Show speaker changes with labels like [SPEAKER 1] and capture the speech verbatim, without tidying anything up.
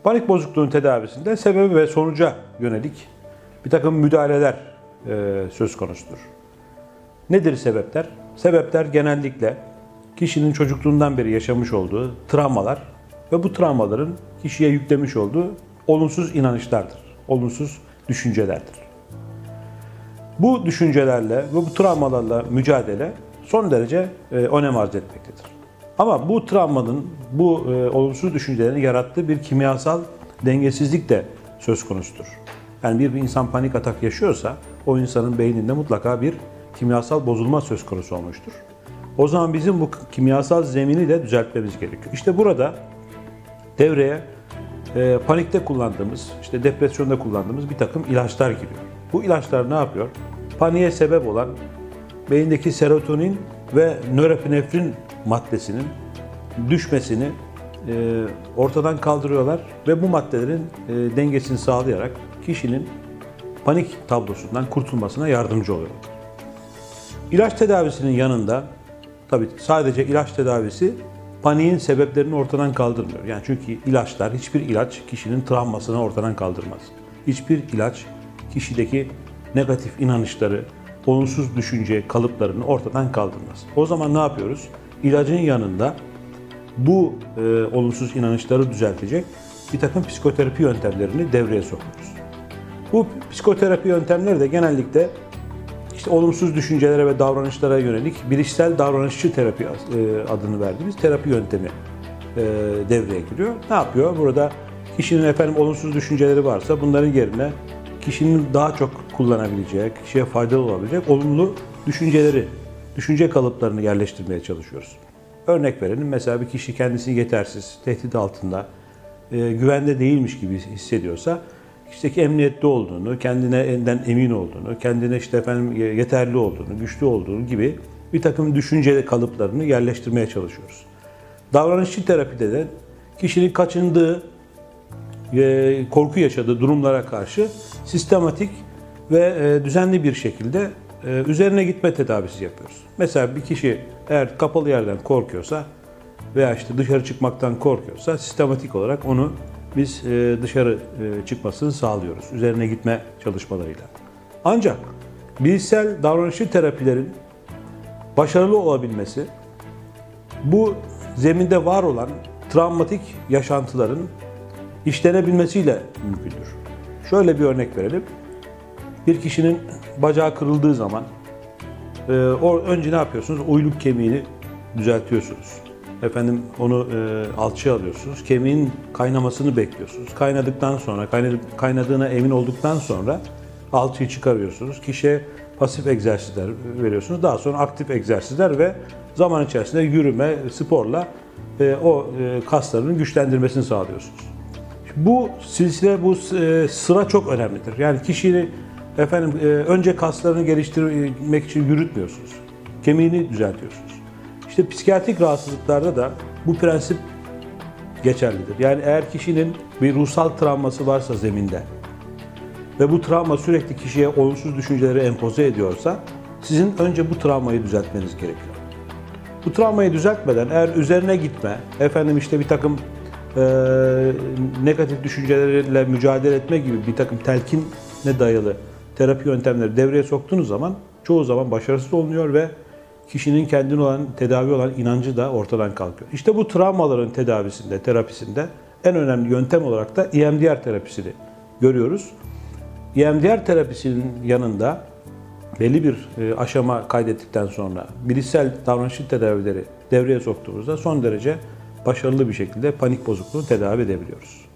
[SPEAKER 1] Panik bozukluğun tedavisinde sebebi ve sonuca yönelik bir takım müdahaleler e, söz konusudur. Nedir sebepler? Sebepler genellikle kişinin çocukluğundan beri yaşamış olduğu travmalar ve bu travmaların kişiye yüklemiş olduğu olumsuz inançlardır, olumsuz düşüncelerdir. Bu düşüncelerle ve bu travmalarla mücadele son derece e, önem arz etmektedir. Ama bu travmanın, bu e, olumsuz düşüncelerin yarattığı bir kimyasal dengesizlik de söz konusudur. Yani bir, bir insan panik atak yaşıyorsa o insanın beyninde mutlaka bir kimyasal bozulma söz konusu olmuştur. O zaman bizim bu kimyasal zemini de düzeltmemiz gerekiyor. İşte burada devreye e, panikte kullandığımız, işte depresyonda kullandığımız bir takım ilaçlar giriyor. Bu ilaçlar ne yapıyor? Paniğe sebep olan beyindeki serotonin ve norepinefrin maddesinin düşmesini e, ortadan kaldırıyorlar ve bu maddelerin e, dengesini sağlayarak kişinin panik tablosundan kurtulmasına yardımcı oluyor. İlaç tedavisinin yanında, tabii sadece ilaç tedavisi paniğin sebeplerini ortadan kaldırmıyor. Yani çünkü ilaçlar, hiçbir ilaç kişinin travmasını ortadan kaldırmaz. Hiçbir ilaç kişideki negatif inanışları, olumsuz düşünce kalıplarını ortadan kaldırmaz. O zaman ne yapıyoruz? İlacın yanında bu e, olumsuz inanışları düzeltecek bir takım psikoterapi yöntemlerini devreye sokuyoruz. Bu psikoterapi yöntemleri de genellikle işte olumsuz düşüncelere ve davranışlara yönelik bilişsel davranışçı terapi e, adını verdiğimiz terapi yöntemi e, devreye giriyor. Ne yapıyor? Burada kişinin efendim olumsuz düşünceleri varsa bunların yerine kişinin daha çok kullanabileceği, kişiye faydalı olabilecek olumlu düşünceleri, düşünce kalıplarını yerleştirmeye çalışıyoruz. Örnek verelim, mesela bir kişi kendisini yetersiz, tehdit altında, e, güvende değilmiş gibi hissediyorsa, işte ki emniyette olduğunu, kendinden emin olduğunu, kendine işte efendim yeterli olduğunu, güçlü olduğunu gibi bir takım düşünce kalıplarını yerleştirmeye çalışıyoruz. Davranışçı terapide de kişinin kaçındığı, korku yaşadığı durumlara karşı sistematik ve düzenli bir şekilde üzerine gitme tedavisi yapıyoruz. Mesela bir kişi eğer kapalı yerden korkuyorsa veya işte dışarı çıkmaktan korkuyorsa sistematik olarak onu biz dışarı çıkmasını sağlıyoruz. Üzerine gitme çalışmalarıyla. Ancak bilişsel davranışçı terapilerin başarılı olabilmesi bu zeminde var olan travmatik yaşantıların işlenebilmesiyle mümkündür. Şöyle bir örnek verelim. Bir kişinin bacağı kırıldığı zaman e, o önce ne yapıyorsunuz? Uyluk kemiğini düzeltiyorsunuz. Efendim onu e, alçıya alıyorsunuz. Kemiğin kaynamasını bekliyorsunuz. Kaynadıktan sonra, kaynadı, kaynadığına emin olduktan sonra alçıyı çıkarıyorsunuz. Kişiye pasif egzersizler veriyorsunuz. Daha sonra aktif egzersizler ve zaman içerisinde yürüme, sporla e, o e, kaslarının güçlendirmesini sağlıyorsunuz. Bu silsile, bu sıra çok önemlidir. Yani kişiyi efendim önce kaslarını geliştirmek için yürütmüyorsunuz. Kemiğini düzeltiyorsunuz. İşte psikiyatrik rahatsızlıklarda da bu prensip geçerlidir. Yani eğer kişinin bir ruhsal travması varsa zeminde ve bu travma sürekli kişiye olumsuz düşünceleri empoze ediyorsa sizin önce bu travmayı düzeltmeniz gerekiyor. Bu travmayı düzeltmeden eğer üzerine gitme, efendim işte bir takım e, negatif düşüncelerle mücadele etme gibi bir takım telkine dayalı terapi yöntemleri devreye soktuğunuz zaman çoğu zaman başarısız oluyor ve kişinin kendine olan, tedavi olan inancı da ortadan kalkıyor. İşte bu travmaların tedavisinde, terapisinde en önemli yöntem olarak da E M D R terapisini görüyoruz. E M D R terapisinin yanında belli bir aşama kaydettikten sonra bilişsel davranışçı tedavileri devreye soktuğumuzda son derece başarılı bir şekilde panik bozukluğunu tedavi edebiliyoruz.